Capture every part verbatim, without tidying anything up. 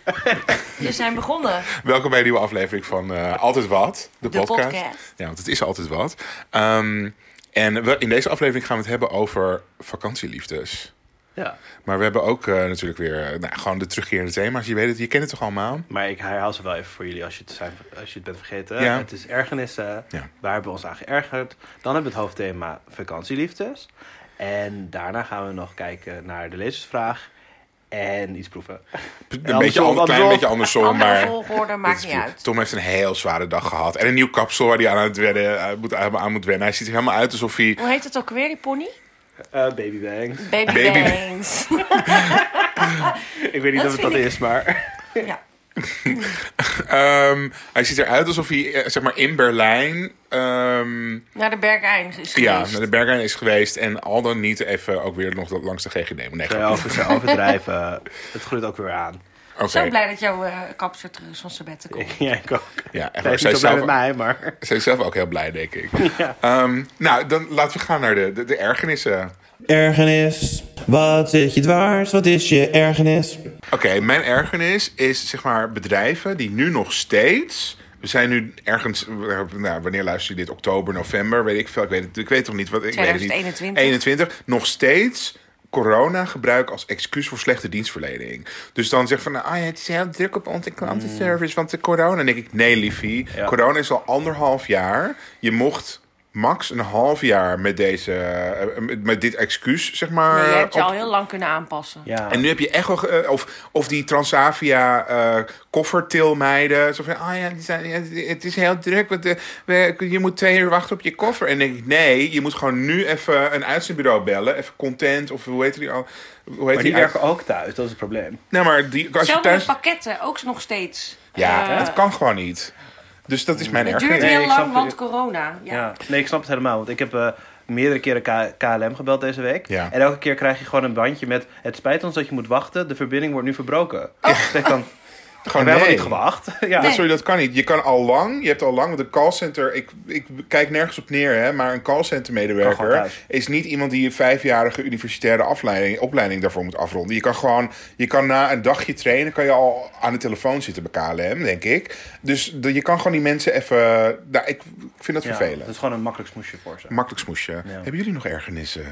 We zijn begonnen. Welkom bij een nieuwe aflevering van uh, Altijd Wat, de, de podcast. podcast. Ja, want het is altijd wat. Um, en we, in deze aflevering gaan we het hebben over vakantieliefdes. Ja. Maar we hebben ook uh, natuurlijk weer uh, nou, gewoon de terugkerende thema's. Je weet het, je kent het toch allemaal? Maar ik herhaal ze wel even voor jullie als je het, zijn, als je het bent vergeten. Ja. Het is ergernissen. Ja. Waar hebben we ons aan geërgerd? Dan hebben we het hoofdthema vakantieliefdes. En daarna gaan we nog kijken naar de lezersvraag. En iets proeven. Een en beetje een klein beetje andersom. Andere maar volgorde maakt niet uit. Tom heeft een heel zware dag gehad. En een nieuw kapsel waar hij aan, het wennen, uh, moet, aan moet wennen. Hij ziet er helemaal uit alsof hij... Hoe heet het ook weer, die pony? Uh, baby bangs. Baby, baby bangs. Ik weet niet dat of het dat ik... is, maar... Ja. um, hij ziet eruit alsof hij zeg maar in Berlijn... Um, naar de Berghain is geweest. Ja, naar de Berghain is geweest. En al dan niet even ook weer nog langs de G G D. Nee, Zij over, overdrijven. Het groeit ook weer aan. Okay. Zo blij dat jouw uh, kapster terug is van sabbatical. Ja, ik ook. Ja, zij is niet zo blij met mij, maar... Zij is zelf ook heel blij, denk ik. Ja. Um, nou, dan laten we gaan naar de, de, de ergernissen. Ergernis, wat zit je dwars? Wat is je ergernis? Oké, okay, mijn ergernis is zeg maar bedrijven die nu nog steeds... We zijn nu ergens, nou, wanneer luister je dit? Oktober, november, weet ik veel. Ik weet het, ik weet toch niet wat. Ik twintig eenentwintig. Weet het niet. eenentwintig. Nog steeds corona gebruiken als excuus voor slechte dienstverlening. Dus dan zeg van, ah ja, het is heel druk op onze klantenservice, want de corona. Dan denk ik, nee, liefie. Ja. Corona is al anderhalf jaar. Je mocht max een half jaar met deze, met dit excuus, zeg maar. Maar je hebt je op... al heel lang kunnen aanpassen. Ja. En nu heb je echt wel, uh, of, of die Transavia uh, koffertilmeiden. Zo van, ah ja, die zijn, ja, het is heel druk, want uh, we, je moet twee uur wachten op je koffer. En dan denk ik, nee, je moet gewoon nu even een uitzendbureau bellen. Even Content, of hoe heet die al? Hoe heet maar die, die werken uit... ook thuis, dat is het probleem. Nou, maar die, als Zelfs je thuis... met pakketten, ook nog steeds. Ja, uh, het kan gewoon niet. Dus dat is mijn het ergernis. duurt heel nee, lang, want het. corona. Ja. Ja. Nee, ik snap het helemaal. Want ik heb uh, meerdere keren K- KLM gebeld deze week. Ja. En elke keer krijg je gewoon een bandje met... Het spijt ons dat je moet wachten. De verbinding wordt nu verbroken. Oh. Dus ik dan... Gewoon we nee. hebben niet gewacht. Ja. Nee. Sorry, dat kan niet. Je kan al lang, je hebt al lang, want een callcenter, ik, ik kijk nergens op neer, hè, maar een callcenter medewerker is niet iemand die een vijfjarige universitaire afleiding, opleiding daarvoor moet afronden. Je kan gewoon, je kan na een dagje trainen, kan je al aan de telefoon zitten bij K L M, denk ik. Dus de, je kan gewoon die mensen even, nou, ik vind dat ja, vervelend. Het is gewoon een makkelijk smoesje voor ze. Makkelijk smoesje. Ja. Hebben jullie nog ergernissen?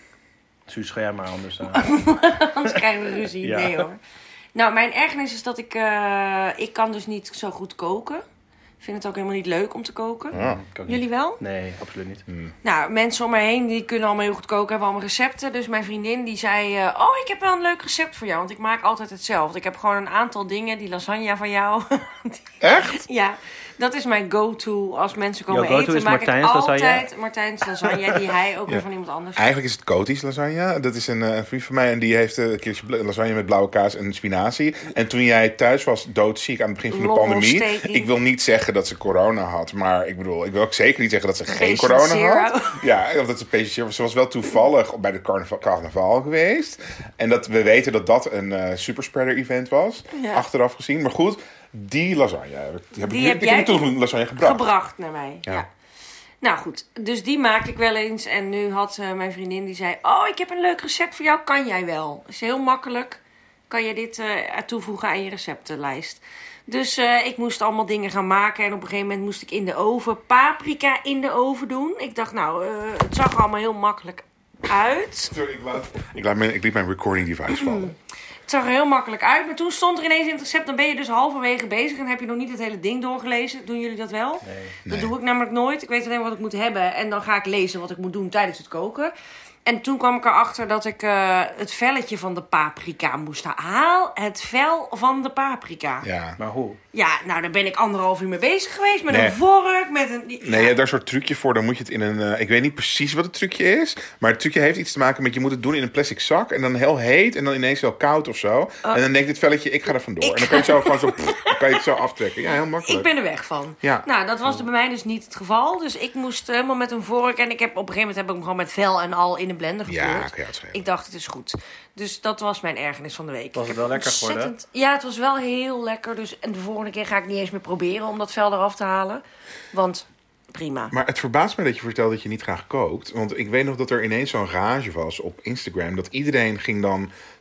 Suus, ga jij maar anders. Uh... Anders krijgen we ruzie. Ja. Nee hoor. Nou, mijn ergernis is dat ik... Uh, ik kan dus niet zo goed koken. Ik vind het ook helemaal niet leuk om te koken. Ja, jullie wel? Nee, absoluut niet. Hmm. Nou, mensen om me heen die kunnen allemaal heel goed koken. Hebben allemaal recepten. Dus mijn vriendin die zei... Uh, oh, ik heb wel een leuk recept voor jou. Want ik maak altijd hetzelfde. Ik heb gewoon een aantal dingen. Die lasagne van jou. die, Echt? Ja. Dat is mijn go-to als mensen komen Jouw go-to eten. is Maak Martijn's ik lasagne? altijd Martijns lasagne. Die hij ook Ja. weer van iemand anders. Eigenlijk is het Coty's lasagne. Dat is een uh, vriend van mij en die heeft uh, een keertje lasagne met blauwe kaas en spinazie. En toen jij thuis was doodziek aan het begin van de pandemie. Ik wil niet zeggen dat ze corona had, maar ik bedoel, ik wil ook zeker niet zeggen dat ze geen Patient corona zero. had. Ja, of dat ze patient zero. Ze was wel toevallig bij de carnaval, carnaval geweest. En dat we weten dat dat een uh, superspreader event was. Ja. Achteraf gezien. Maar goed, die lasagne. Die heb, die ik, heb ik jij heb toen lasagne gebracht. gebracht naar mij. Ja. Ja. Nou goed, dus die maak ik wel eens. En nu had uh, mijn vriendin die zei... Oh, ik heb een leuk recept voor jou. Kan jij wel? Is heel makkelijk. Kan je dit uh, toevoegen aan je receptenlijst. Dus uh, ik moest allemaal dingen gaan maken. En op een gegeven moment moest ik in de oven paprika in de oven doen. Ik dacht, nou, uh, het zag er allemaal heel makkelijk uit. Sorry, ik, laat, ik, laat mijn, ik liet mijn recording device vallen. Het zag er heel makkelijk uit. Maar toen stond er ineens in het recept... dan ben je dus halverwege bezig... en heb je nog niet het hele ding doorgelezen. Doen jullie dat wel? Nee. Dat Nee. doe ik namelijk nooit. Ik weet alleen wat ik moet hebben... en dan ga ik lezen wat ik moet doen tijdens het koken. En toen kwam ik erachter dat ik uh, het velletje van de paprika moest halen. Haal het vel van de paprika. Ja. Maar hoe? Ja, nou, daar ben ik anderhalf uur mee bezig geweest. Met Nee. een vork, met een... Ja. Nee, je hebt daar een soort trucje voor. Dan moet je het in een... Uh, ik weet niet precies wat het trucje is. Maar het trucje heeft iets te maken met... je moet het doen in een plastic zak. En dan heel heet. En dan ineens heel koud of zo. Uh, en dan denkt dit velletje, ik ga er vandoor. Ik... En dan kan je het zo gewoon zo... Pff, dan kan je het zo aftrekken. Ja, heel makkelijk. Ik ben er weg van. Ja. Nou, dat was er bij mij dus niet het geval. Dus ik moest helemaal met een vork. En ik heb, op een gegeven moment heb ik hem gewoon met vel en al in de blender gekleurd. Ja, kan je uitschrijven. Ik dacht, het is goed. Dus dat was mijn ergernis van de week. Was het wel lekker geworden? Ja, het was wel heel lekker. Dus, en de volgende keer ga ik niet eens meer proberen om dat vel eraf te halen. Want prima. Maar het verbaast me dat je vertelt dat je niet graag kookt. Want ik weet nog dat er ineens zo'n rage was op Instagram. Dat iedereen ging dan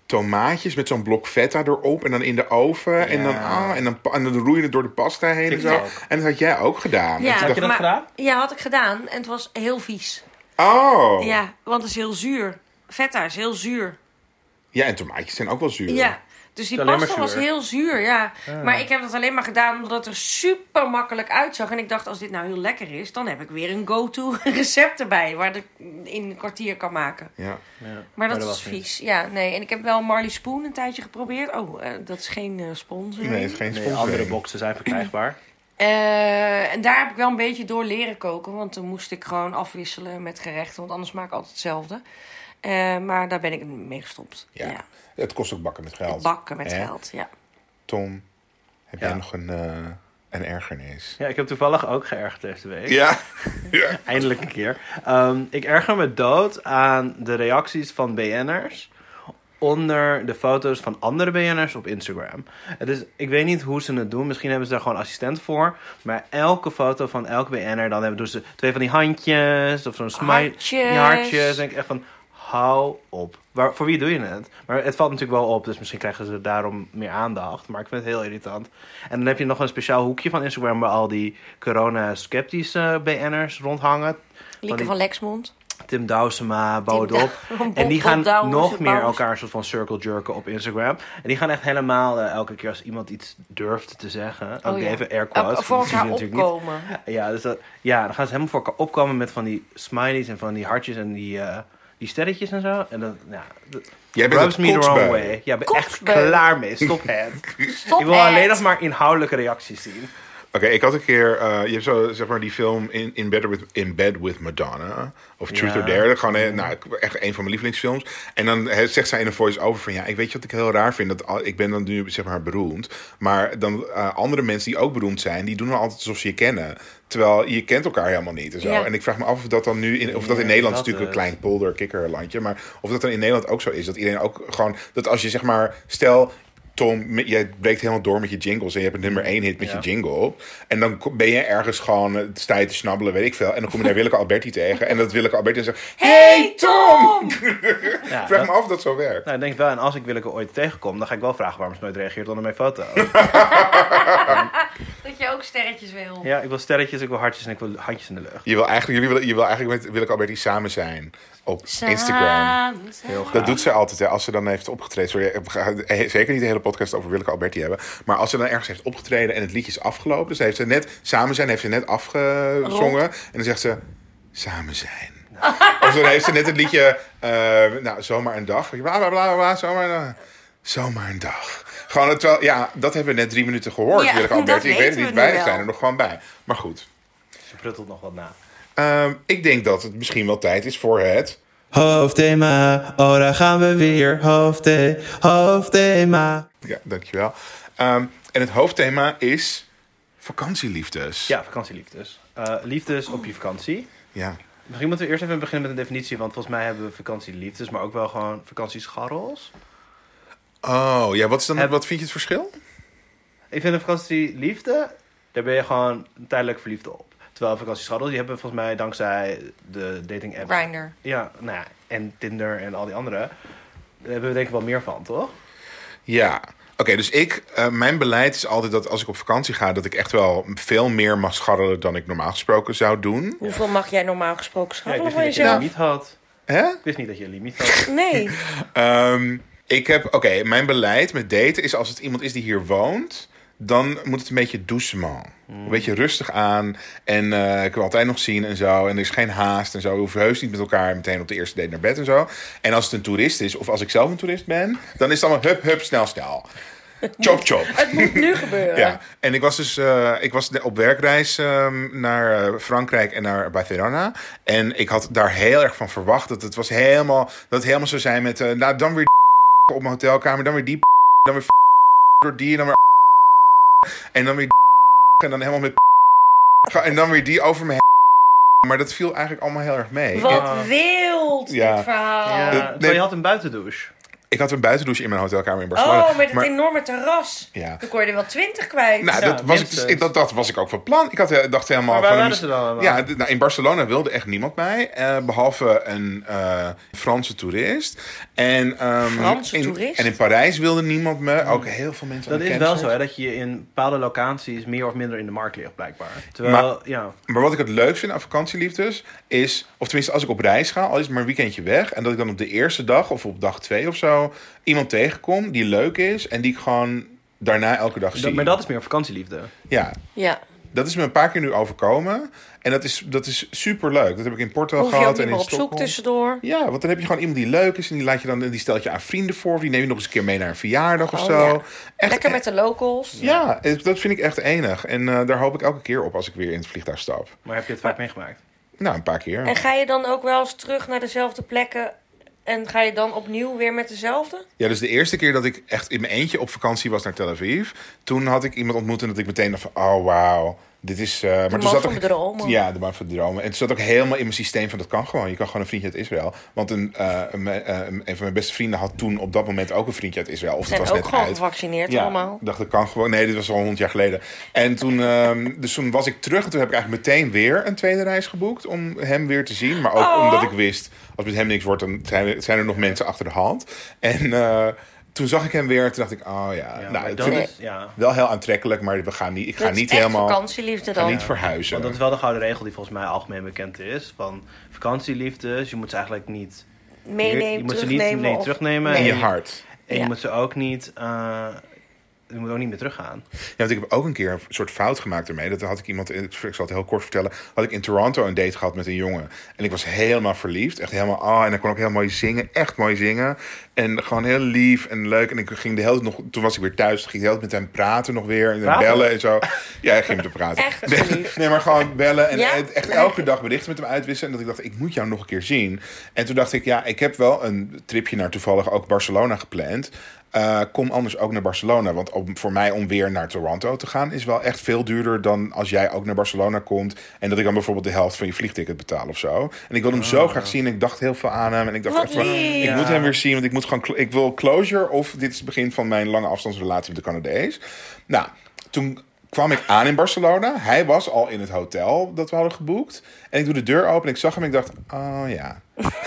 tomaatjes met zo'n blok feta erop en dan in de oven. Ja. En, dan, ah, en, dan, en dan roeien het door de pasta heen en zo. Ook. En dat had jij ook gedaan. Ja, had je dat maar, gedaan? Ja, had ik gedaan. En het was heel vies. Oh. Ja, want het is heel zuur. Feta is heel zuur. Ja, en tomaatjes zijn ook wel zuur. Ja, dus die pasta was heel zuur, ja. Ah. Maar ik heb dat alleen maar gedaan omdat het er super makkelijk uitzag. En ik dacht, als dit nou heel lekker is, dan heb ik weer een go-to recept erbij. Waar ik in een kwartier kan maken. Ja. Ja. Maar dat, maar dat is vies. Niet. Ja, nee. En ik heb wel Marley Spoon een tijdje geprobeerd. Oh, uh, dat is geen uh, sponsor. Nee, het is geen sponsor. Nee, andere boxen zijn verkrijgbaar. Uh, en daar heb ik wel een beetje door leren koken. Want toen moest ik gewoon afwisselen met gerechten. Want anders maak ik altijd hetzelfde. Uh, maar daar ben ik mee gestopt. Ja. ja. Het kost ook bakken met geld. Bakken met eh? geld, ja. Tom, heb ja. jij nog een, uh, een ergernis? Ja, ik heb toevallig ook geërgerd deze week. Ja. ja. Eindelijk een keer. Um, ik erger me dood aan de reacties van B N'ers onder de foto's van andere B N'ers op Instagram. Het is, ik weet niet hoe ze het doen. Misschien hebben ze daar gewoon assistent voor. Maar elke foto van elke B N'er, dan hebben doen ze twee van die handjes of zo'n smile. Hartjes. Die hartjes. Denk ik echt van, hou op. Waar, voor wie doe je het? Maar het valt natuurlijk wel op, dus misschien krijgen ze daarom meer aandacht. Maar ik vind het heel irritant. En dan heb je nog een speciaal hoekje van Instagram waar al die corona-sceptische B N'ers rondhangen. Lieke van, van Lexmond. Tim Douwsema, bouw het op. En die gaan nog meer elkaar een soort van circle jerken op Instagram. En die gaan echt helemaal uh, elke keer als iemand iets durft te zeggen. Ook oh, ja. even air quotes. Voor elkaar opkomen. Niet. Ja, dus dat, ja, dan gaan ze helemaal voor elkaar opkomen met van die smileys en van die hartjes en die, uh, die sterretjes en zo. En dan, ja... Dat, jij bent het me the wrong way. Ja, ben echt klaar mee. Stop het. Stop Ik wil het. alleen nog maar inhoudelijke reacties zien. Oké, okay, ik had een keer... Uh, je hebt zo, zeg maar, die film In, in, Bed, with, in Bed with Madonna. Of Truth ja. or Dare. Gewoon, ja. nou, echt een van mijn lievelingsfilms. En dan he, zegt zij in een voice-over van... Ja, ik weet je wat ik heel raar vind? Dat, ik ben dan nu, zeg maar, beroemd. Maar dan uh, andere mensen die ook beroemd zijn... die doen dan altijd alsof ze je kennen. Terwijl je kent elkaar helemaal niet. En, zo. Ja. En ik vraag me af of dat dan nu... In, of dat in ja, Nederland is natuurlijk een klein polder kikkerlandje. Maar of dat dan in Nederland ook zo is. Dat iedereen ook gewoon... Dat als je, zeg maar... Stel... Tom, jij breekt helemaal door met je jingles en je hebt een nummer één hit met ja. je jingle. En dan ben je ergens gewoon, sta je te snabbelen, weet ik veel. En dan kom je daar Willeke Alberti tegen. En dat Willeke Alberti zegt, hey Tom! Ja, vraag dat, me af of dat zo werkt. Nou, ik denk wel, en als ik Willeke ooit tegenkom, dan ga ik wel vragen waarom ze nooit reageert onder mijn foto. Dat je ook sterretjes wil. Ja, ik wil sterretjes, ik wil hartjes en ik wil handjes in de lucht. Je wil eigenlijk, jullie wil, je wil eigenlijk met Willeke Alberti samen zijn. Op samen Instagram. Heel graag. Dat doet ze altijd, hè, als ze dan heeft opgetreden. Sorry, ik ga zeker niet de hele podcast over Willeke Alberti hebben. Maar als ze dan ergens heeft opgetreden en het liedje is afgelopen. Dus heeft ze net, samen zijn, heeft ze net afgezongen. Rond. En dan zegt ze, samen zijn. Of dan heeft ze net het liedje, uh, nou, zomaar een dag. Bla, bla, bla, bla, zomaar, uh, zomaar een dag. Gewoon, het wel, ja, dat hebben we net drie minuten gehoord, ja, Willeke Alberti. Ik weet het niet, weinig zijn er nog gewoon bij. Maar goed. Ze pruttelt nog wat na. Uh, ik denk dat het misschien wel tijd is voor het... Hoofdthema, oh daar gaan we weer. Hoofdthema, hoofdthema. Ja, dankjewel. Um, en het hoofdthema is vakantieliefdes. Ja, vakantieliefdes. Uh, liefdes op je vakantie. Ja. Misschien moeten we eerst even beginnen met een definitie. Want volgens mij hebben we vakantieliefdes, maar ook wel gewoon vakantiescharrels. Oh, ja, wat, is dan, Heb... wat vind je het verschil? Ik vind een vakantieliefde, daar ben je gewoon tijdelijk verliefd op. Terwijl vakantiescharrels, die hebben volgens mij dankzij de dating app... Grindr. Ja, nou ja, en Tinder en al die andere. Daar hebben we denk ik wel meer van, toch? Ja, oké, okay, dus ik... Uh, mijn beleid is altijd dat als ik op vakantie ga... dat ik echt wel veel meer mag scharrelen dan ik normaal gesproken zou doen. Hoeveel mag jij normaal gesproken scharrelen ja, van jezelf? Ik wist niet dat je een limiet had. Hè? Ik wist niet dat je een limiet had. Nee. um, ik heb... Oké, okay, mijn beleid met daten is als het iemand is die hier woont... dan moet het een beetje doucement. Mm. Een beetje rustig aan. En uh, ik wil altijd nog zien en zo. En er is geen haast en zo. We hoeven heus niet met elkaar meteen op de eerste date naar bed en zo. En als het een toerist is, of als ik zelf een toerist ben... dan is het allemaal hup, hup, snel, snel. Chop, chop. Het moet nu gebeuren. Ja, en ik was dus uh, ik was op werkreis um, naar uh, Frankrijk en naar Barcelona. En ik had daar heel erg van verwacht dat het was helemaal... dat het helemaal zou zijn met... Uh, nou, dan weer op mijn hotelkamer, dan weer die... dan weer door die en dan weer... En dan weer en dan helemaal met en dan weer die over me heen. Maar dat viel eigenlijk allemaal heel erg mee. Wat wild, ja. dit verhaal. Ja, de, nee, je had een buitendouche. Ik had een buitendouche in mijn hotelkamer in Barcelona. Oh, met het maar, enorme terras. Ja. Dan kon je er wel twintig kwijt. Nou, Ja, dat, was ik, dus- ik, dat, dat was ik ook van plan. Ik had, eh, dacht helemaal... Maar waar van, waren ze dan allemaal? Ja, d- nou, in Barcelona wilde echt niemand mij. Uh, behalve een uh, Franse toerist. En, um, Franse in, toerist? En in Parijs wilde niemand me. Ook heel veel mensen Dat is wel gecanceld. zo, hè, dat je in bepaalde locaties meer of minder in de markt ligt, blijkbaar. Terwijl, Maar- ja... Maar wat ik het leukst vind aan vakantieliefdes is... Of tenminste, als ik op reis ga, al is het maar een weekendje weg... en dat ik dan op de eerste dag of op dag twee of zo... iemand tegenkom die leuk is... en die ik gewoon daarna elke dag zie. Dat, maar dat is meer vakantieliefde. Ja, Ja. dat is me een paar keer nu overkomen. En dat is, dat is super leuk. Dat heb ik in Portugal Hoef je ook gehad niet en meer in op zoek Stockholm. tussendoor. Ja, want dan heb je gewoon iemand die leuk is... en die, laat je dan, die stelt je aan vrienden voor... die neem je nog eens een keer mee naar een verjaardag of Oh, zo. ja. Echt, Lekker met de locals. Ja, dat vind ik echt enig. En uh, daar hoop ik elke keer op als ik weer in het vliegtuig stap. Maar heb je het vaak meegemaakt? Nou, een paar keer. En ga je dan ook wel eens terug naar dezelfde plekken... en ga je dan opnieuw weer met dezelfde? Ja, dus de eerste keer dat ik echt in mijn eentje op vakantie was naar Tel Aviv... toen had ik iemand ontmoet en dat ik meteen dacht van... oh, wauw, dit is... Uh, maar De toen man zat van ook, de dromen. Ja, de man van de dromen. En het zat ook helemaal in mijn systeem van dat kan gewoon. Je kan gewoon een vriendje uit Israël. Want een, uh, een, uh, een van mijn beste vrienden had toen op dat moment ook een vriendje uit Israël. Of Ze het zijn was ook net gewoon uit. gevaccineerd Ja, allemaal. ik dacht dat kan gewoon. Nee, dit was al honderd jaar geleden. En toen, um, dus toen was ik terug en toen heb ik eigenlijk meteen weer een tweede reis geboekt om hem weer te zien. Maar ook Oh. omdat ik wist, als met hem niks wordt, dan zijn er, zijn er nog mensen achter de hand. En uh, toen zag ik hem weer en toen dacht ik, oh ja, Ja, nou, maar ik dat vind is, het ja. wel heel aantrekkelijk, maar we gaan niet, ik ga Dat is niet echt helemaal, vakantieliefde ga dan. niet verhuizen. Want dat is wel de gouden regel die volgens mij algemeen bekend is. Van vakantieliefdes, je moet ze eigenlijk niet... Meenemen, je moet ze niet terugnemen. nee, of- terugnemen. in Nee. je hart. En je Ja. moet ze ook niet... Uh, je moet ook niet meer teruggaan. Ja, want ik heb ook een keer een soort fout gemaakt ermee. Dat had ik iemand, ik zal het heel kort vertellen, had ik in Toronto een date gehad met een jongen. En ik was helemaal verliefd. Echt helemaal, ah, en hij kon ook heel mooi zingen. Echt mooi zingen. En gewoon heel lief en leuk. En ik ging de hele tijd nog, toen was ik weer thuis, ging ik de hele tijd met hem praten nog weer. En Praten? bellen en zo. Ja, ik ging met hem praten. Echt Nee, verliefd. nee, maar gewoon bellen. En Ja? echt elke dag berichten met hem uitwisselen. En dat ik dacht, ik moet jou nog een keer zien. En toen dacht ik, ja, ik heb wel een tripje naar toevallig ook Barcelona gepland. Uh, kom anders ook naar Barcelona. Want om, voor mij om weer naar Toronto te gaan is wel echt veel duurder dan als jij ook naar Barcelona komt. En dat ik dan bijvoorbeeld de helft van je vliegticket betaal of zo. En ik wilde hem zo graag zien. Ik dacht heel veel aan hem. En ik dacht Wat echt van, lief. ik moet hem weer zien. Want ik moet gewoon, ik wil closure. Of dit is het begin van mijn lange afstandsrelatie met de Canadees. Nou, toen kwam ik aan in Barcelona. Hij was al in het hotel dat we hadden geboekt. En ik doe de deur open en ik zag hem en ik dacht, oh ja.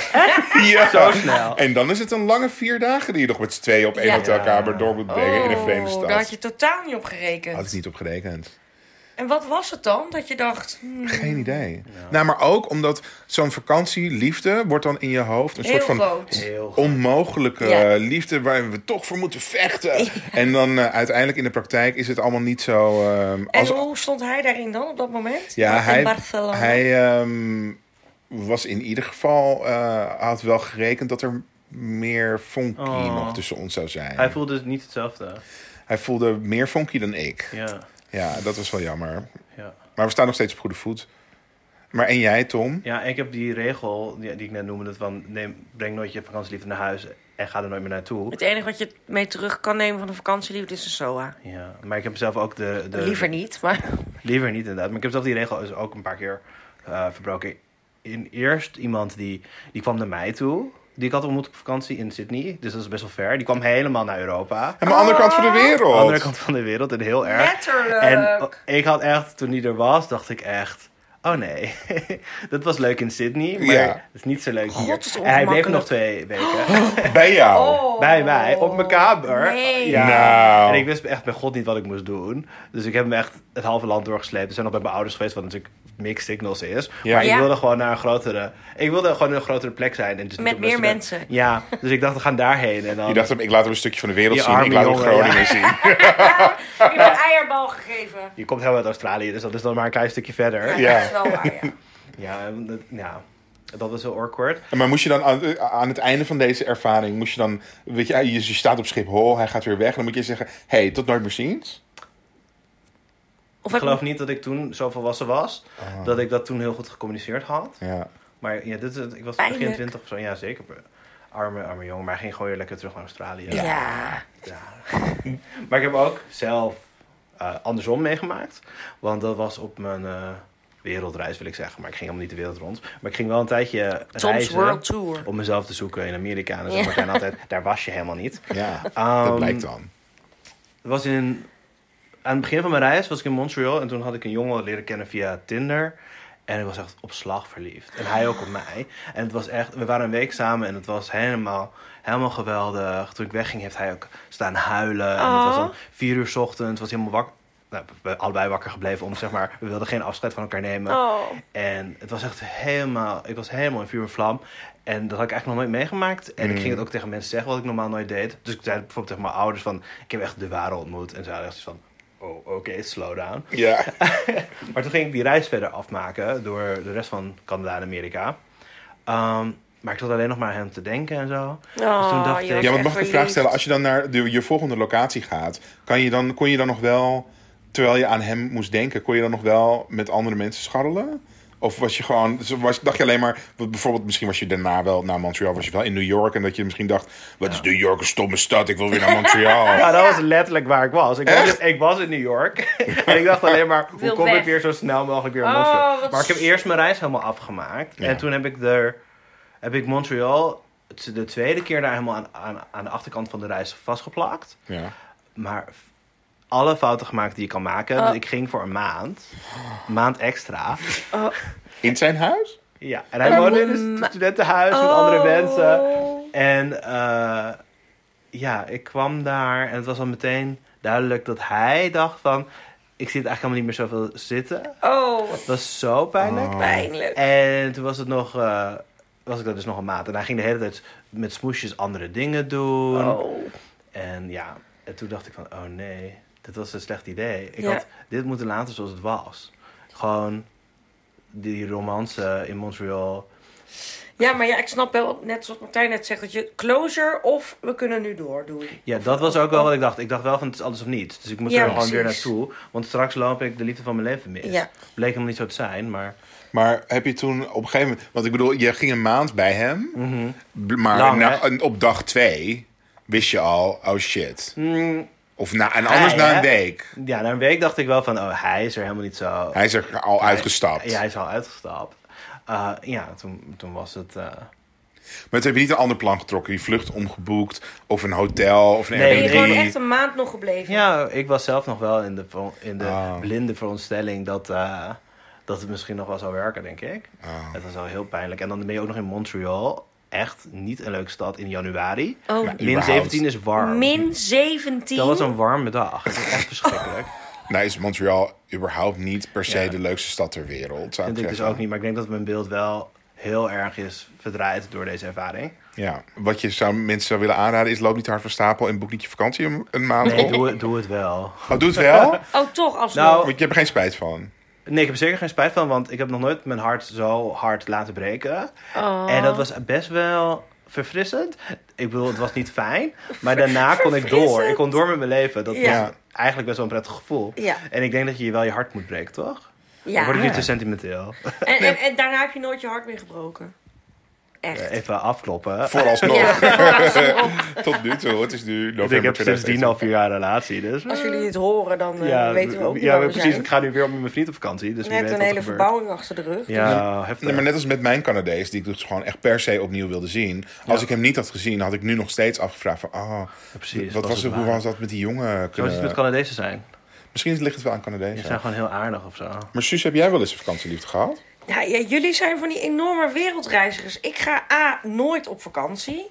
Ja. Zo snel. En dan is het een lange vier dagen die je nog met z'n tweeën op één Ja. hotelkamer door moet brengen in een vreemde Oh, stad. daar had je totaal niet op gerekend. Had ik niet op gerekend. En wat was het dan? Dat je dacht... hmm, Geen idee. Nou, maar ook omdat zo'n vakantieliefde wordt dan in je hoofd een heel soort van groot. Heel goed. onmogelijke Ja. liefde waar we toch voor moeten vechten. En dan uh, uiteindelijk in de praktijk is het allemaal niet zo. Um, En als, hoe stond hij daarin dan op dat moment? ja, in hij, Barcelona. hij um, was in ieder geval uh, had wel gerekend dat er meer funky Oh. nog tussen ons zou zijn. Hij voelde het niet hetzelfde. Hij voelde meer funky dan ik. Ja, Ja, dat was wel jammer. ja. Maar we staan nog steeds op goede voet. Maar en jij, Tom? Ja, ik heb die regel die, die ik net noemde, dat van neem, breng nooit je vakantieliefde naar huis en ga er nooit meer naartoe. Het enige wat je mee terug kan nemen van een vakantieliefde is een S O A. Ja, maar ik heb zelf ook de... de Liever niet, maar... Liever niet inderdaad. Maar ik heb zelf die regel dus ook een paar keer uh, verbroken. In eerst iemand die, die kwam naar mij toe. Die ik had ontmoet op vakantie in Sydney. Dus dat is best wel ver. Die kwam helemaal naar Europa. Aan de andere kant van de wereld. Andere kant van de wereld en heel erg. Letterlijk. En ik had echt, toen die er was, dacht ik echt... Oh nee, dat was leuk in Sydney, maar Ja. dat is niet zo leuk God, hier. het is En hij bleef ongemakkelijk. nog twee weken Bij jou. Oh. bij mij, op mijn kamer. Nee. Ja. Nou. En ik wist echt bij God niet wat ik moest doen. Dus ik heb hem echt het halve land doorgesleept. We zijn nog bij mijn ouders geweest, wat natuurlijk mixed signals is. Ja. Maar ik Ja. wilde gewoon naar een grotere... Ik wilde gewoon een grotere plek zijn. En dus niet Met op meer Amsterdam. mensen. Ja, dus ik dacht, we gaan daarheen. En dan... Je dacht, hem, ik laat hem een stukje van de wereld Die zien. Ik arme laat hem jongen, Groningen ja. zien. Ik heb een eierbal gegeven. Je komt heel uit Australië, dus dat is dan maar een klein stukje verder. Ja. Dat is wel waar, ja. Ja, en dat, ja, dat was heel awkward. Maar moest je dan aan, aan het einde van deze ervaring, moest je dan, weet je, je, je staat op Schiphol, hij gaat weer weg. En dan moet je zeggen, hé, hey, tot nooit meer ziens. Of Ik heb geloof niet dat ik toen zo volwassen was, Oh. dat ik dat toen heel goed gecommuniceerd had. Ja. Maar ja, dit, is- ik was Pijnlijk. begin twintig of zo, ja zeker. Arme, arme jongen, maar hij ging gewoon weer lekker terug naar Australië. Ja. Ja. Maar ik heb ook zelf uh, andersom meegemaakt. Want dat was op mijn uh, wereldreis wil ik zeggen. Maar ik ging helemaal niet de wereld rond. Maar ik ging wel een tijdje Tom's reizen. World Tour. Om mezelf te zoeken in Amerika. En dan zeg maar altijd, daar was je helemaal niet. Ja, Um, dat blijkt dan. Het was in, aan het begin van mijn reis was ik in Montreal. En toen had ik een jongen leren kennen via Tinder. En ik was echt op slag verliefd. En hij ook op mij. En het was echt, we waren een week samen en het was helemaal, helemaal geweldig. Toen ik wegging heeft hij ook staan huilen. En het was dan vier uur 's ochtends. Het was helemaal wakker. Nou, we zijn allebei wakker gebleven om, zeg maar, we wilden geen afscheid van elkaar nemen. Oh. En het was echt helemaal, ik was helemaal in vuur en vlam. En dat had ik eigenlijk nog nooit meegemaakt. En mm. ik ging het ook tegen mensen zeggen wat ik normaal nooit deed. Dus ik zei bijvoorbeeld tegen mijn ouders van, ik heb echt de ware ontmoet. En ze hadden echt van, oh, oké, okay, slow down. Ja. Maar toen ging ik die reis verder afmaken door de rest van Canada en Amerika. Um, maar ik zat alleen nog maar aan hem te denken en zo. Oh, dus toen dacht ik... Ja, want mag ik de vraag stellen, als je dan naar de, je volgende locatie gaat, kan je dan, kon je dan nog wel, terwijl je aan hem moest denken, kon je dan nog wel met andere mensen scharrelen? Of was je gewoon, was, dacht je alleen maar, bijvoorbeeld misschien was je daarna wel naar Montreal, was je wel in New York en dat je misschien dacht, wat ja. is New York een stomme stad, ik wil weer naar Montreal. Ja, dat was letterlijk waar ik was. Ik, was, ik was in New York en ik dacht alleen maar, hoe kom weg. ik weer zo snel mogelijk weer in Montreal? Oh, maar ik heb eerst mijn reis helemaal afgemaakt ja. en toen heb ik er, heb ik Montreal de tweede keer daar helemaal aan, aan, aan de achterkant van de reis vastgeplakt. Ja. Maar alle fouten gemaakt die je kan maken. Oh. Dus ik ging voor een maand. Een maand extra. Oh. In zijn huis? Ja, en hij woonde in een studentenhuis oh. met andere mensen. En uh, ja, ik kwam daar en het was al meteen duidelijk dat hij dacht van, ik zit eigenlijk helemaal niet meer zoveel zitten. Oh. Het was zo pijnlijk. Oh. Pijnlijk. En toen was het nog, uh, was ik dat dus nog een maand. En hij ging de hele tijd met smoesjes andere dingen doen. Oh. En ja, en toen dacht ik van, oh nee, dit was een slecht idee. Ik ja. had dit moeten laten zoals het was. Gewoon die romance in Montreal. Ja, maar ja, ik snap wel, net zoals Martijn net zegt, dat je closure of we kunnen nu door doen. Ja, dat was ook wel wat ik dacht. Ik dacht wel van het is alles of niets. Dus ik moest ja, er gewoon weer naartoe. Want straks loop ik de liefde van mijn leven mis. Ja. Bleek helemaal niet zo te zijn, maar... Maar heb je toen op een gegeven moment... Want ik bedoel, je ging een maand bij hem. Mm-hmm. Maar Lang, na, op dag twee wist je al, oh shit. Mm. Of na, en anders hij, na een week. Ja, na een week dacht ik wel van, oh, hij is er helemaal niet zo... Hij is er al hij, uitgestapt. Ja, hij is al uitgestapt. Uh, ja, toen, toen was het... Uh... Maar toen heb je niet een ander plan getrokken? Die vlucht omgeboekt? Of een hotel? Of een nee, ben je gewoon echt een maand nog gebleven? Ja, ik was zelf nog wel in de, in de oh. blinde veronderstelling dat, uh, dat het misschien nog wel zou werken, denk ik. Oh. Het was wel heel pijnlijk. En dan ben je ook nog in Montreal. Echt niet een leuke stad in januari. Oh. Min zeventien is warm. Min zeventien? Dat was een warme dag. Dat was echt verschrikkelijk. Nou is Montreal überhaupt niet per se ja. de leukste stad ter wereld. Dat vind ik dus ook niet. Maar ik denk dat mijn beeld wel heel erg is verdraaid door deze ervaring. Ja, wat je zou mensen zou willen aanraden is loop niet te hard van stapel en boek niet je vakantie een, een maand nee, op. Doe, doe het wel. Oh, doe het wel? Oh, toch? Als nou, want je hebt er geen spijt van. Nee, ik heb er zeker geen spijt van, want ik heb nog nooit mijn hart zo hard laten breken. Oh. En dat was best wel verfrissend. Ik bedoel, het was niet fijn, maar daarna kon ik door. Ik kon door met mijn leven. Dat ja. was eigenlijk best wel een prettig gevoel. Ja. En ik denk dat je je wel je hart moet breken, toch? Ja. Dan word ik weer te sentimenteel. En, en, en daarna heb je nooit je hart meer gebroken? Echt. Even afkloppen. Vooralsnog. Ja, vooralsnog. Tot nu toe. Het is nu november. Ik heb sindsdien al vier jaar relatie. Dus. Als jullie het horen, dan uh, ja, weten we ook Ja, we precies. zijn. Ik ga nu weer met mijn vriend op vakantie. Dus je hebt een hele verbouwing achter de rug. Ja, dus. heftig. Nee, maar net als met mijn Canadees, die ik dus gewoon echt per se opnieuw wilde zien. Als ja. ik hem niet had gezien, had ik nu nog steeds afgevraagd van... Oh, ja, precies, wat was het, hoe was dat met die jongen? Kunnen... Zou het met Canadezen zijn? Misschien ligt het wel aan Canadezen. Ze zijn gewoon heel aardig of zo. Maar Suus, heb jij wel eens een vakantieliefde gehad? Ja, ja, jullie zijn van die enorme wereldreizigers. Ik ga A, nooit op vakantie.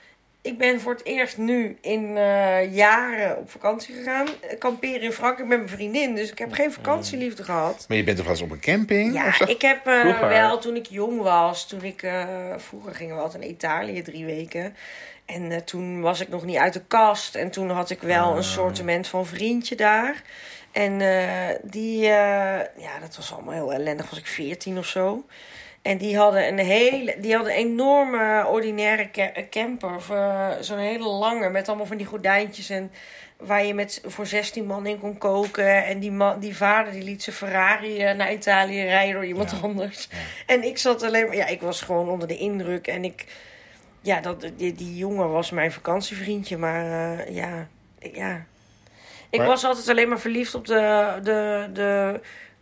Ik ben voor het eerst nu in uh, jaren op vakantie gegaan. Kamperen in Frankrijk met mijn vriendin. Dus ik heb geen vakantieliefde mm. gehad. Maar je bent toch wel eens op een camping? Ja, ik heb uh, wel toen ik jong was. Toen ik, uh, vroeger gingen we altijd naar Italië drie weken. En uh, toen was ik nog niet uit de kast. En toen had ik wel uh. een sortiment van vriendje daar. En uh, die, uh, ja, dat was allemaal heel ellendig. Was ik veertien of zo. En die hadden een hele, die hadden een enorme ordinaire ke- camper. Of, uh, zo'n hele lange, met allemaal van die gordijntjes. En waar je met voor zestien man in kon koken. En die, man, die vader die liet zijn Ferrari uh, naar Italië rijden door iemand ja. anders. Ja. En ik zat alleen maar, ja, ik was gewoon onder de indruk. En ik, ja, dat, die, die jongen was mijn vakantievriendje. Maar uh, ja, ja... Ik maar... was altijd alleen maar verliefd op de, de, de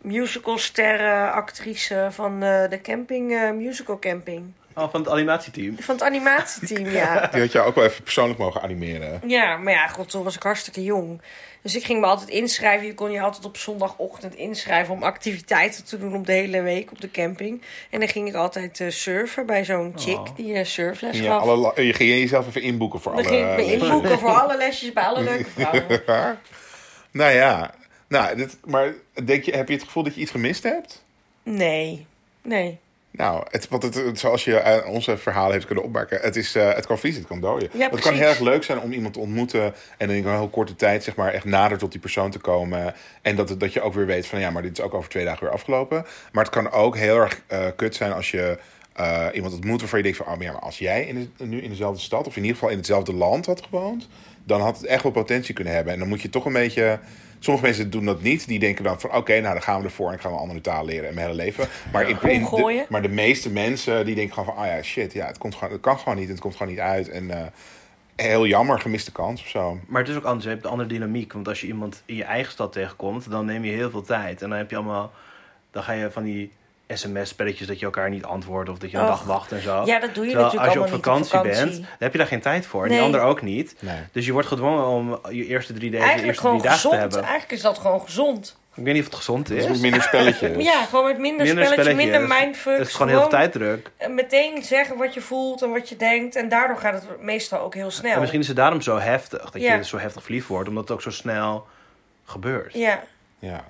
musicalsterren, actrice van uh, de camping, uh, musical camping. Oh, van het animatieteam? Van het animatieteam, ja. Die had je ook wel even persoonlijk mogen animeren. Ja, maar ja, god, toen was ik hartstikke jong. Dus ik ging me altijd inschrijven. Je kon je altijd op zondagochtend inschrijven om activiteiten te doen op de hele week op de camping. En dan ging ik altijd uh, surfen bij zo'n chick oh. die uh, surfles ja, gaf. Alle, je ging jezelf even inboeken voor dan alle ging ik me inboeken voor alle lesjes bij alle leuke vrouwen. Nou ja, nou, dit, maar denk je, heb je het gevoel dat je iets gemist hebt? Nee, nee. Nou, het, want het, het, zoals je uh, onze verhalen heeft kunnen opmaken, het, is, uh, het kan vriezen, het kan dooien. Ja, het kan heel erg leuk zijn om iemand te ontmoeten en in een heel korte tijd zeg maar echt nader tot die persoon te komen. En dat, dat je ook weer weet van ja, maar dit is ook over twee dagen weer afgelopen. Maar het kan ook heel erg uh, kut zijn als je uh, iemand ontmoet waarvan je denkt van oh, maar, ja, maar als jij in de, nu in dezelfde stad of in ieder geval in hetzelfde land had gewoond, dan had het echt wel potentie kunnen hebben. En dan moet je toch een beetje... Sommige mensen doen dat niet. Die denken dan van oké, okay, nou dan gaan we ervoor en gaan we een andere taal leren en mijn hele leven. Maar, in, in de, maar de meeste mensen die denken gewoon van ah oh ja, shit, ja, het, komt gewoon, het kan gewoon niet en het komt gewoon niet uit. En uh, heel jammer, gemiste kans of zo. Maar het is ook anders, je hebt een andere dynamiek. Want als je iemand in je eigen stad tegenkomt, dan neem je heel veel tijd. En dan heb je allemaal, dan ga je van die S M S-spelletjes dat je elkaar niet antwoordt of dat je een Och. dag wacht en zo. Ja, dat doe je Terwijl natuurlijk als je op vakantie, vakantie bent, dan heb je daar geen tijd voor. En nee. die ander ook niet. Nee. Dus je wordt gedwongen om je eerste drie dagen, de eerste drie dagen gezond. te hebben. Eigenlijk is dat gewoon gezond. Ik weet niet of het gezond is. Met minder spelletjes. Ja, gewoon met minder, minder spelletjes, minder mindfuck. Het is gewoon, gewoon heel tijddruk. Meteen zeggen wat je voelt en wat je denkt. En daardoor gaat het meestal ook heel snel. En misschien is het daarom zo heftig. Dat ja. je zo heftig verliefd wordt. Omdat het ook zo snel gebeurt. Ja. Ja.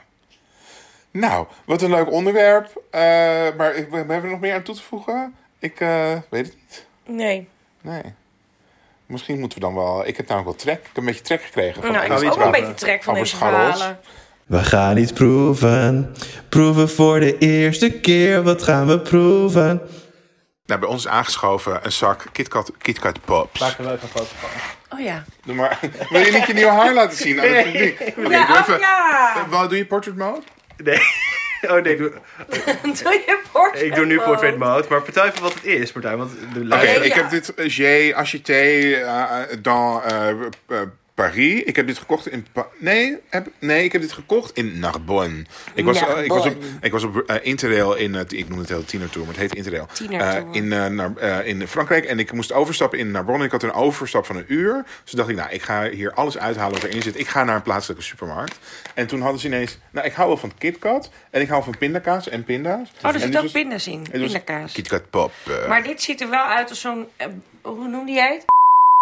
Nou, wat een leuk onderwerp. Uh, maar ik, hebben we er nog meer aan toe te voegen? Ik uh, weet het niet. Nee. Nee. Misschien moeten we dan wel... Ik heb namelijk wel trek. Ik heb een beetje trek gekregen. Van nou, ik heb ook een beetje trek van deze verhalen. We gaan iets proeven. Proeven voor de eerste keer. Wat gaan we proeven? Nou, bij ons is aangeschoven een zak KitKat, KitKat Pops. Maak er wel even een foto van. Oh ja. Doe maar. Wil je niet je nieuwe haar laten zien aan het publiek? Okay, ja, doe even. Ja. Wat doe je portrait mode? Nee. Oh nee, doe... doe je portrait Ik doe nu portrait mode, maar vertel even wat het is, Martijn. Want de Oké, okay, ik ja. heb dit J'ai acheté uh, dans uh, uh, Paris. Ik heb dit gekocht in... Pa- nee, heb, nee, ik heb dit gekocht in Narbonne. Ik was, uh, ik was op, ik was op uh, Interrail in... Uh, ik noem het heel Tienertour, maar het heet Interrail. Uh, in, uh, naar, uh, in Frankrijk. En ik moest overstappen in Narbonne. Ik had een overstap van een uur. Dus dacht ik, nou, ik ga hier alles uithalen wat erin zit. Ik ga naar een plaatselijke supermarkt. En toen hadden ze ineens... Nou, ik hou wel van KitKat. En ik hou van pindakaas en pinda's. Oh, er zit ook pinda's in. Pindakaas. KitKat Pop. Uh. Maar dit ziet er wel uit als zo'n... Uh, hoe noemde jij het?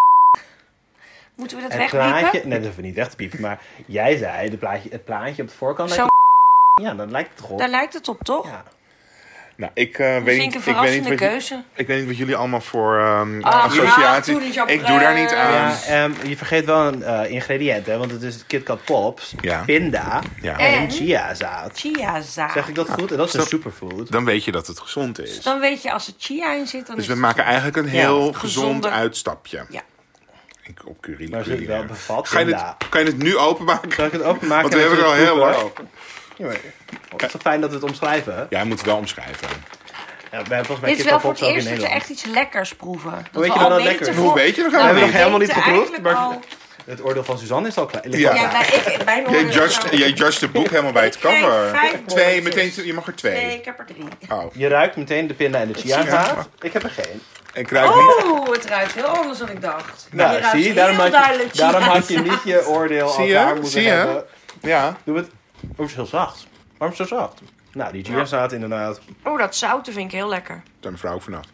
Moeten we dat het wegpiepen? Plaatje, nee, dat hoeven we niet weg te piepen. Maar jij zei, de plaatje, het plaatje op de voorkant... Zo ja, dan lijkt het toch op. Daar lijkt het op, toch? Ja. Nou, ik uh, weet niet... Ik weet niet, wat keuze. Je, ik weet niet wat jullie allemaal voor um, ah, associatie... Ja, ik doe daar niet aan. Ja, um, je vergeet wel een uh, ingrediënt, hè? Want het is KitKat Pops, ja. pinda ja. en, en chiazaad. Chiazaad. Zeg ik dat goed? En dat is een superfood. Dan weet je dat het gezond is. Dus dan weet je, als er chia in zit... Dan dus is we het maken eigenlijk een heel ja, gezond gezonde... uitstapje. Ja. Op curry, maar zit wel bevat. Ga je, dit, kan je het nu openmaken? Zal ik het openmaken? Want we hebben er al heel lang over. Ja, maar, het is toch fijn dat we het omschrijven? Hè? Ja, je moet het wel omschrijven. Ja, we volgens mij dit is wel voor het eerst dat we echt iets lekkers proeven. Dat Hoe weet je dat dan lekker? Hoe weet je dat? Nou, we hebben nog helemaal niet geproefd. Maar al... het oordeel van Suzanne is al klaar. Ja, ja nou, ik, mijn jij judged, jij judged het boek helemaal bij het cover. Twee, meteen, je mag er twee. Nee, ik heb er drie. Oh. Je ruikt meteen de pinda en de chiazaad. Ik heb er geen. Ik ruik oh, niet... het ruikt heel anders dan ik dacht. Nou, je zie je, daarom, had je, daarom had je niet je oordeel al klaar moeten zie je? hebben. Ja. Doe het. Oh, het is heel zacht. Waarom is het zo zacht? Nou, die chiazaad ja. inderdaad. Oh, dat zouten vind ik heel lekker. Daar mijn vrouw ook vanaf.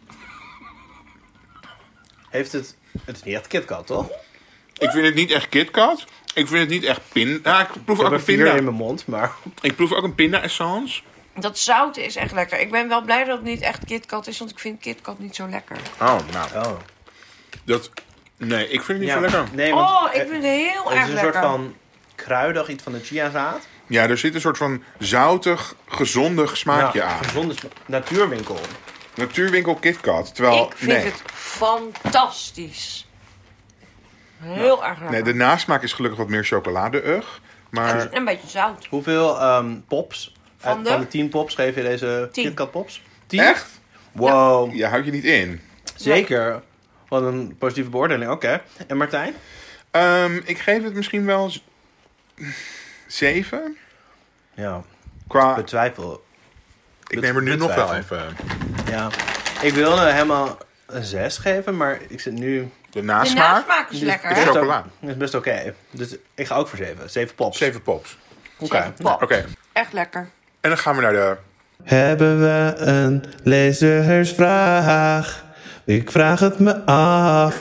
Heeft het... Het is niet echt KitKat, toch? Ik vind het niet echt KitKat. Ik vind het niet echt pinda. Ja, ik proef ik ook heb een pinda. in mijn mond, maar... Ik proef ook een pinda-essence. Dat zouten is echt lekker. Ik ben wel blij dat het niet echt KitKat is, want ik vind KitKat niet zo lekker. Oh, nou. Oh. Dat... Nee, ik vind het niet ja, zo lekker. Nee, want oh, ik vind het heel erg lekker. Het is een soort van kruidig iets van de chiazaad. Ja, er zit een soort van zoutig, gezondig smaakje ja, aan. Gezonde sma- natuurwinkel. Natuurwinkel KitKat. Terwijl, ik vind nee. het fantastisch. Heel erg lekker. Nee, de nasmaak is gelukkig wat meer chocolade-ug. Maar... En een beetje zout. Hoeveel um, pops van, uit, de? van de tien pops geef je deze tien. KitKat Pops? tien? Echt? Wow. Ja, je houdt je niet in. Zeker. Wat een positieve beoordeling. Oké. Okay. En Martijn? Um, ik geef het misschien wel z- zeven. Ja. Qua... Betwijfel. Ik neem er nu nog wel even... Ja. Ik wilde helemaal een zes geven, maar ik zit nu... De De nasmaak? nasmaak is lekker, de hè? chocola. Dat is best oké. Okay. Dus ik ga ook voor zeven. Zeven pops. Zeven pops. Oké. Zeven pop. Oké. Echt lekker. En dan gaan we naar de... Hebben we een lezersvraag? Ik vraag het me af.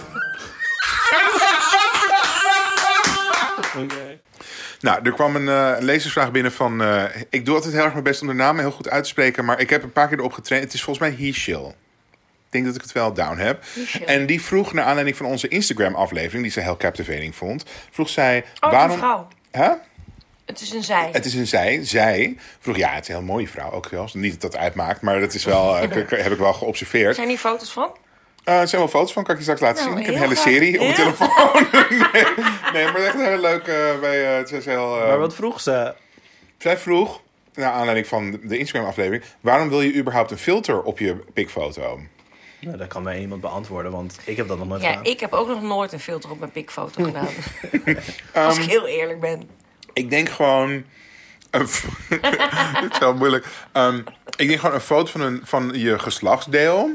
Okay. Nou, er kwam een uh, lezersvraag binnen van... Uh, ik doe altijd heel erg mijn best om de naam heel goed uit te spreken... maar ik heb een paar keer erop getraind. Het is volgens mij Hishil. Ik denk dat ik het wel down heb. Hishil. En die vroeg, naar aanleiding van onze Instagram-aflevering... die ze heel captivating vond... vroeg zij... Oh, waarom... een vrouw. Huh? Het is een zij. Het is een zij. Zij vroeg, ja, het is een heel mooie vrouw ook zelfs. Niet dat dat uitmaakt, maar dat is wel, uh, heb ik wel geobserveerd. Zijn hier foto's van? Uh, er zijn wel foto's van, kan ik je straks laten Nou, zien. Ik heb een heel hele graag. serie op mijn Heel telefoon. nee, nee, maar echt een hele leuke... Uh, bij, uh, het is heel, uh, Maar wat vroeg ze? Zij vroeg, naar aanleiding van de Instagram-aflevering... waarom wil je überhaupt een filter op je pikfoto? Nou, dat kan mij iemand beantwoorden, want ik heb dat nog nooit Ja, gedaan. ik heb ook nog nooit een filter op mijn pikfoto gedaan. Als ik heel eerlijk ben. Ik denk gewoon... Een f- het is heel moeilijk. Um, ik denk gewoon een foto van, een, van je geslachtsdeel...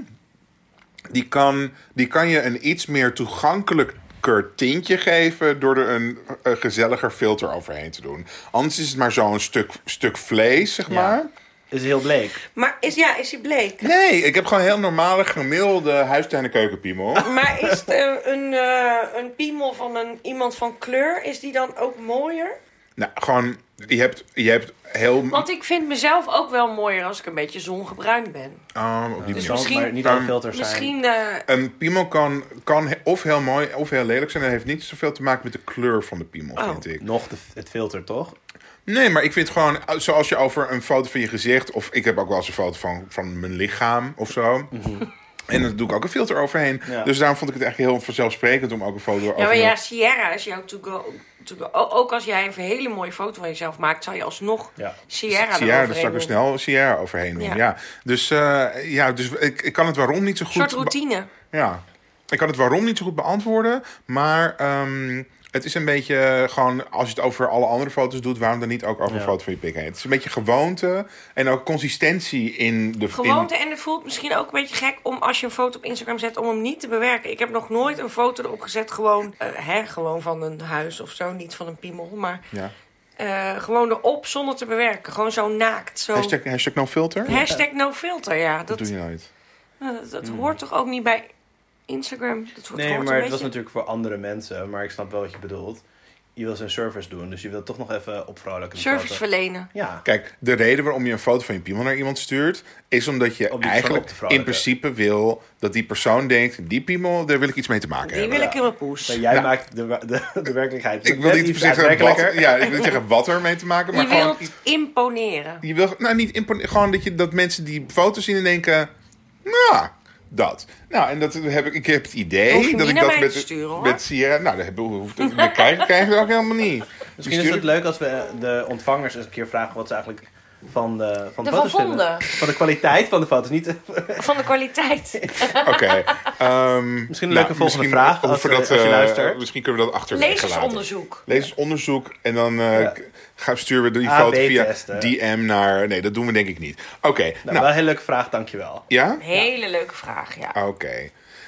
Die kan, die kan je een iets meer toegankelijker tintje geven... door er een, een gezelliger filter overheen te doen. Anders is het maar zo'n stuk, stuk vlees, zeg maar. Ja. Is heel bleek. Maar is, ja, is hij bleek? Nee, ik heb gewoon een heel normale, gemiddelde huistuin- en keukenpiemel. Maar is het uh, een, uh, een piemel van een, iemand van kleur, is die dan ook mooier? Nou, gewoon, je hebt, je hebt heel... Want ik vind mezelf ook wel mooier als ik een beetje zongebruind ben. Um, op die Dus manier. misschien- maar niet alle um, filters zijn. Misschien, uh, Een piemel kan, kan he- of heel mooi of heel lelijk zijn. Dat heeft niet zoveel te maken met de kleur van de piemel, Oh. vind ik. Nog de, het filter, toch? Nee, maar ik vind gewoon, zoals je over een foto van je gezicht... of ik heb ook wel eens een foto van, van mijn lichaam of zo... Mm-hmm. En dan doe ik ook een filter overheen. Ja. Dus daarom vond ik het echt heel vanzelfsprekend om ook een foto over... ja, maar ja, Sierra is jouw to-go. To-go. O- Ook als jij een hele mooie foto van jezelf maakt, zou je alsnog Ja. Sierra Sierra, daar eroverheen zou ik er doen. snel Sierra overheen doen. Ja. Ja. Dus, uh, ja, dus ik, ik kan het waarom niet zo Een goed... soort routine. be- ja, ik kan het waarom niet zo goed beantwoorden. Maar um, het is een beetje gewoon... Als je het over alle andere foto's doet... waarom dan niet ook over Ja. een foto van je pik heen? Het is een beetje gewoonte en ook consistentie in de... Gewoonte en het voelt misschien ook een beetje gek om als je een foto op Instagram zet om hem niet te bewerken. Ik heb nog nooit een foto erop gezet gewoon, uh, hè, gewoon van een huis of zo, niet van een piemel, maar In, uh, ja. gewoon erop zonder te bewerken. Gewoon zo naakt. Zo. Hashtag, hashtag no filter? Hashtag no filter, ja. Dat Dat, doe je nooit. nou, dat, dat hoort toch ook niet bij Instagram? Dat hoort, Nee, hoort maar een het was beetje... natuurlijk voor andere mensen. Maar ik snap wel wat je bedoelt. Je wil zijn service doen, dus je wil toch nog even opvrolijken. die Service foto. verlenen. Ja. Kijk, de reden waarom je een foto van je piemel naar iemand stuurt... is omdat je Om die eigenlijk persoon op te vrolijken. in principe wil... dat die persoon denkt, die piemel, daar wil ik iets mee te maken Die hebben. wil ik in mijn poes. Maar jij Ja. maakt de, de, de werkelijkheid. Ik wil net niet iets zeggen wat, aantrekkelijker. ja, ik wil niet zeggen wat er mee te maken, maar Je gewoon... wilt imponeren. Je wil, nou, niet impone- gewoon dat, je, dat mensen die foto's zien en denken... Nou, dat. Nou, en dat heb ik, ik heb het idee Hoef je dat niet ik naar dat mij met, te sturen, hoor. met Sierra... Nou, dat, heb, hoeft, dat krijg, krijg ik ook helemaal niet. Misschien is het leuk als we de ontvangers eens een keer vragen wat ze eigenlijk van de, van de Ervan foto's vinden. vonden. Van de kwaliteit van de foto's. Niet, Van de kwaliteit. Oké. um, Misschien een leuke volgende vraag hoeven als, we eh, dat, als je uh, luistert. Misschien kunnen we dat achterwege laten. Lezersonderzoek. Lezersonderzoek. En dan uh, Ja. gaan, sturen we die A B foto via testen. D M naar... Nee, dat doen we denk ik niet. Oké. Okay, Nou, nou, wel een hele leuke vraag, dankjewel. ja? Hele leuke vraag, ja. Oké. Okay.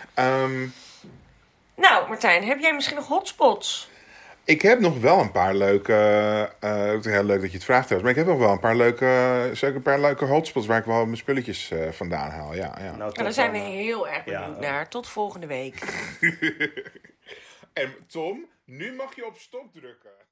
Um, Nou, Martijn, heb jij misschien nog hotspots? ik heb nog wel een paar leuke... Uh, het is heel leuk dat je het vraagt trouwens. Maar ik heb nog wel een paar leuke, zeker een paar leuke hotspots... waar ik wel mijn spulletjes uh, vandaan haal. Ja, ja. Nou, Nou, tot daar zijn we dan, uh, heel erg ja, benieuwd uh. naar. Tot volgende week. En Tom, nu mag je op stop drukken.